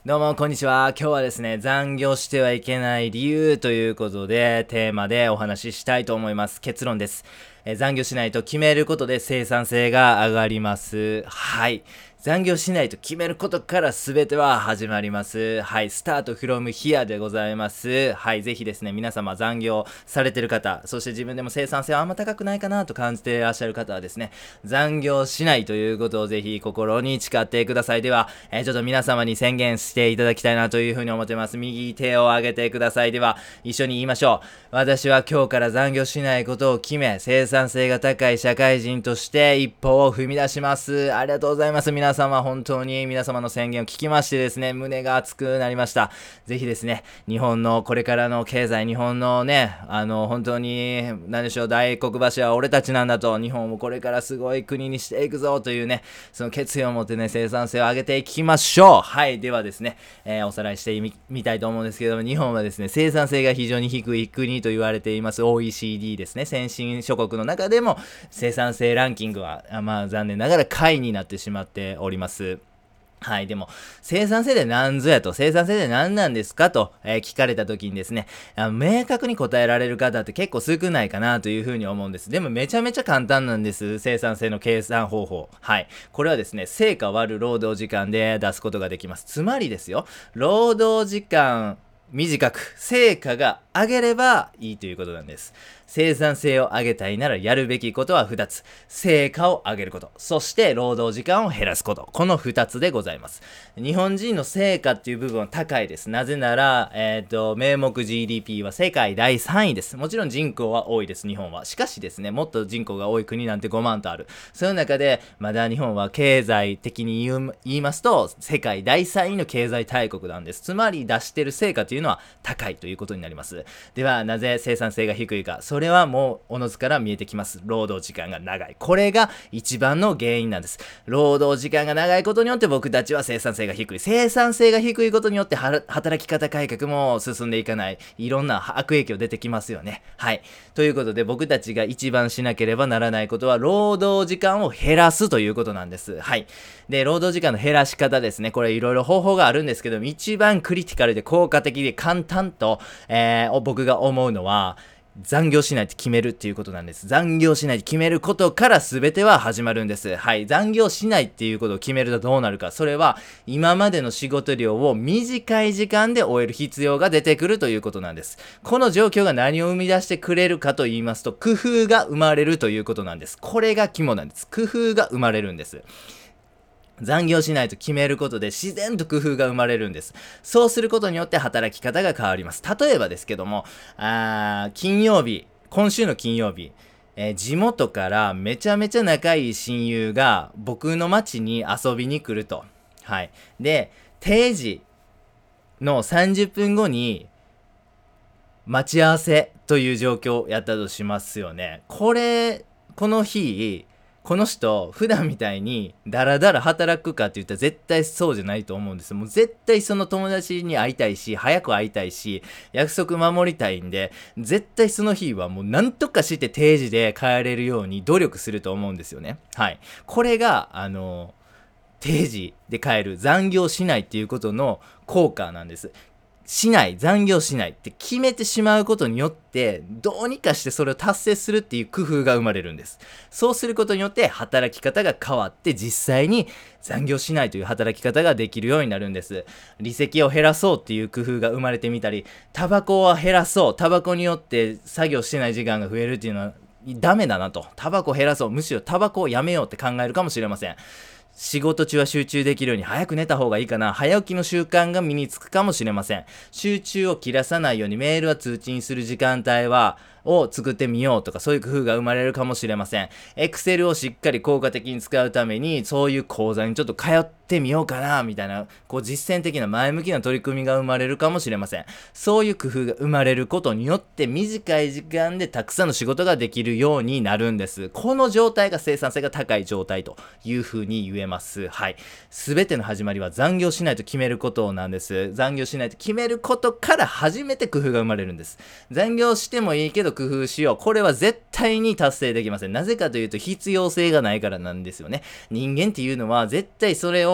どうもこんにちは。今日はですね、残業してはいけない理由ということでテーマでお話ししたいと思います。結論です。残業しないと決めることで生産性が上がります。はい。残業しないと決めることから全ては始まります。はい。スタートフロムヒアでございます。はい。ぜひですね、皆様残業されてる方、そして自分でも生産性はあんま高くないかなと感じていらっしゃる方はですね、残業しないということをぜひ心に誓ってください。では、ちょっと皆様に宣言していただきたいなというふうに思ってます。右手を上げてください。では、一緒に言いましょう。私は今日から残業しないことを決め、生産性が高い社会人として一歩を踏み出します。ありがとうございます。皆様、本当に皆様の宣言を聞きましてですね、胸が熱くなりました。ぜひですね、日本のこれからの経済、日本のね、本当に、何でしょう、大黒柱は俺たちなんだと、日本をこれからすごい国にしていくぞというね、その決意を持ってね、生産性を上げていきましょう。はい、ではですね、おさらいしてみたいと思うんですけども、日本はですね、生産性が非常に低い国と言われています OECD ですね、先進諸国の中でも生産性ランキングは、残念ながら下位になってしまっております。はい。でも、生産性で何ぞやと、生産性で何なんですかと、聞かれた時にですね、明確に答えられる方って結構少ないかなというふうに思うんです。でもめちゃめちゃ簡単なんです。生産性の計算方法。はい。これはですね、成果割る労働時間で出すことができます。つまりですよ、労働時間短く成果が上げればいいということなんです。生産性を上げたいならやるべきことは2つ。成果を上げること。そして労働時間を減らすこと。この2つでございます。日本人の成果っていう部分は高いです。なぜなら、名目 GDP は世界第3位です。もちろん人口は多いです、日本は。しかしですね、もっと人口が多い国なんて5万とある。その中で、まだ日本は経済的に言いますと、世界第3位の経済大国なんです。つまり出してる成果というのは高いということになります。では、なぜ生産性が低いか。それはもうおのずから見えてきます。労働時間が長い。これが一番の原因なんです。労働時間が長いことによって僕たちは生産性が低い。生産性が低いことによって働き方改革も進んでいかない。いろんな悪影響出てきますよね。はい。ということで僕たちが一番しなければならないことは労働時間を減らすということなんです。はい。で、労働時間の減らし方ですね。これいろいろ方法があるんですけども、一番クリティカルで効果的で簡単と、僕が思うのは、残業しないと決めるっていうことなんです。残業しないと決めることから全ては始まるんです。はい。残業しないっていうことを決めるとどうなるか。それは今までの仕事量を短い時間で終える必要が出てくるということなんです。この状況が何を生み出してくれるかと言いますと、工夫が生まれるということなんです。これが肝なんです。工夫が生まれるんです。残業しないと決めることで自然と工夫が生まれるんです。そうすることによって働き方が変わります。例えばですけども、金曜日、今週の金曜日、地元からめちゃめちゃ仲いい親友が僕の町に遊びに来ると。はい。で、定時の30分後に待ち合わせという状況をやったとしますよね。この日、この人、普段みたいにダラダラ働くかって言ったら絶対そうじゃないと思うんです。もう絶対その友達に会いたいし、早く会いたいし、約束守りたいんで、絶対その日はもう何とかして定時で帰れるように努力すると思うんですよね。はい。これが、定時で帰る、残業しないっていうことの効果なんです。残業しないって決めてしまうことによって、どうにかしてそれを達成するっていう工夫が生まれるんです。そうすることによって働き方が変わって、実際に残業しないという働き方ができるようになるんです。利息を減らそうっていう工夫が生まれてみたり、タバコは減らそう。タバコによって作業してない時間が増えるっていうのはダメだなと。タバコ減らそう。むしろタバコをやめようって考えるかもしれません。仕事中は集中できるように早く寝た方がいいかな。早起きの習慣が身につくかもしれません。集中を切らさないようにメールは通知にする時間帯を作ってみようとか、そういう工夫が生まれるかもしれません。Excel をしっかり効果的に使うために、そういう講座にちょっと通ってみようかな、みたいな、実践的な前向きな取り組みが生まれるかもしれません。そういう工夫が生まれることによって、短い時間でたくさんの仕事ができるようになるんです。この状態が生産性が高い状態というふうに言えます。はい。すべての始まりは残業しないと決めることなんです。残業しないと決めることから初めて工夫が生まれるんです。残業してもいいけど工夫しよう。これは絶対に達成できません。なぜかというと必要性がないからなんですよね。人間っていうのは絶対それを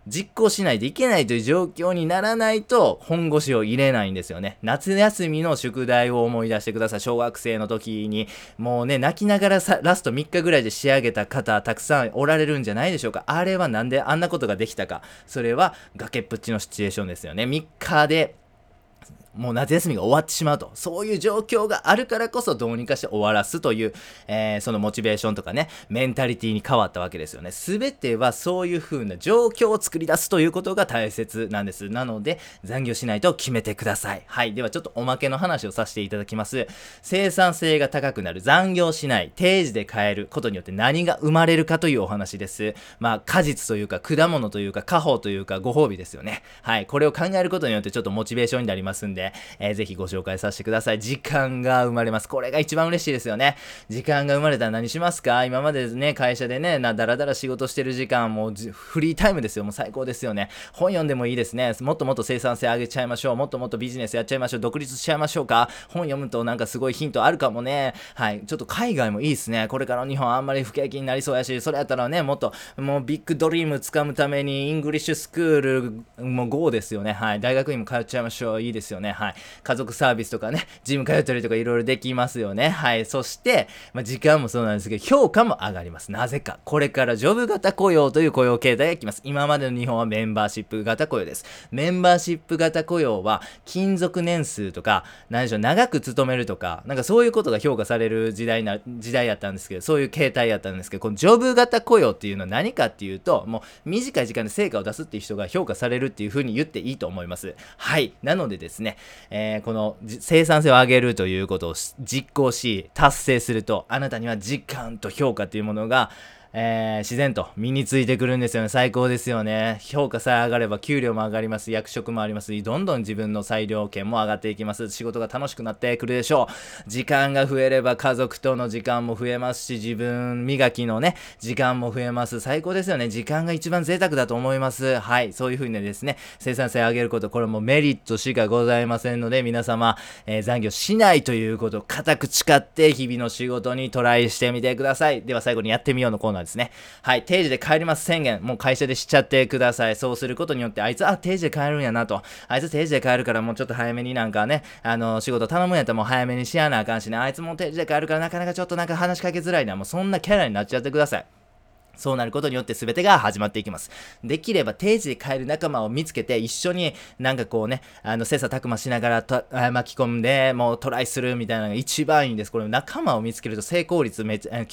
実行しないといけないという状況にならないと本腰を入れないんですよね。夏休みの宿題を思い出してください。小学生の時にもうね、泣きながらラスト3日ぐらいで仕上げた方たくさんおられるんじゃないでしょうか。あれはなんであんなことができたか。それは崖っぷちのシチュエーションですよね。3日でもう夏休みが終わってしまうと、そういう状況があるからこそどうにかして終わらすという、そのモチベーションとかね、メンタリティに変わったわけですよね。すべてはそういう風な状況を作り出すということが大切なんです。なので残業しないと決めてください。はい、ではちょっとおまけの話をさせていただきます。生産性が高くなる、残業しない、定時で買えることによって何が生まれるかというお話です。まあ果実というか果物というか果宝というかご褒美ですよね。はい、これを考えることによってちょっとモチベーションになりますんで、ぜひご紹介させてください。時間が生まれます。これが一番嬉しいですよね。時間が生まれたら何しますか？今までね、会社でね、だらだら仕事してる時間、もうフリータイムですよ。もう最高ですよね。本読んでもいいですね。もっともっと生産性上げちゃいましょう。もっともっとビジネスやっちゃいましょう。独立しちゃいましょうか。本読むとなんかすごいヒントあるかもね。はい。ちょっと海外もいいですね。これからの日本あんまり不景気になりそうやし、それやったらね、もっともうビッグドリーム掴むためにイングリッシュスクールも GO ですよね。はい。大学院も通っちゃいましょう。いいですよね。はい。家族サービスとかね、ジム通ったりとかいろいろできますよね。はい。そして、時間もそうなんですけど、評価も上がります。なぜか。これからジョブ型雇用という雇用形態が来ます。今までの日本はメンバーシップ型雇用です。メンバーシップ型雇用は、勤続年数とか、何でしょう、長く勤めるとか、なんかそういうことが評価される時代やったんですけど、そういう形態やったんですけど、このジョブ型雇用っていうのは何かっていうと、もう短い時間で成果を出すっていう人が評価されるっていう風に言っていいと思います。はい。なのでですね、この生産性を上げるということを実行し達成すると、あなたには時間と評価というものが自然と身についてくるんですよね。最高ですよね。評価さえ上がれば給料も上がります。役職もあります。どんどん自分の裁量権も上がっていきます。仕事が楽しくなってくるでしょう。時間が増えれば家族との時間も増えますし、自分磨きのね時間も増えます。最高ですよね。時間が一番贅沢だと思います。はい、そういう風にですね、生産性を上げること、これもメリットしかございませんので、皆様、残業しないということを固く誓って日々の仕事にトライしてみてください。では最後にやってみようのコーナーですね。はい、定時で帰ります宣言、もう会社でしちゃってください。そうすることによって、あいつ定時で帰るんやなと、あいつ定時で帰るからもうちょっと早めになんかね、仕事頼むんやったらもう早めにしやなあかんしね、あいつも定時で帰るからなかなかちょっとなんか話しかけづらいな、もうそんなキャラになっちゃってください。そうなることによって全てが始まっていきます。できれば定時で帰る仲間を見つけて一緒になんかこうね、切磋琢磨しながら巻き込んでもうトライするみたいなのが一番いいんです。これ仲間を見つけると成功率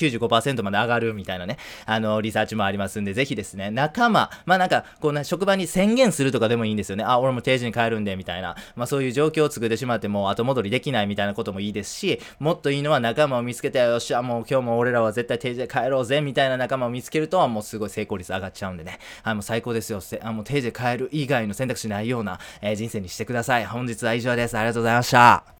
95% まで上がるみたいなね、リサーチもありますんで、ぜひですね、仲間、なんかこうね、職場に宣言するとかでもいいんですよね。俺も定時に帰るんでみたいな、そういう状況を作ってしまってもう後戻りできないみたいなこともいいですし、もっといいのは仲間を見つけて、よっしゃもう今日も俺らは絶対定時で帰ろうぜみたいな仲間を見つけるともうすごい成功率上がっちゃうんでね、もう最高ですよ。もう定時で帰る以外の選択肢ないような、人生にしてください。本日は以上です。ありがとうございました。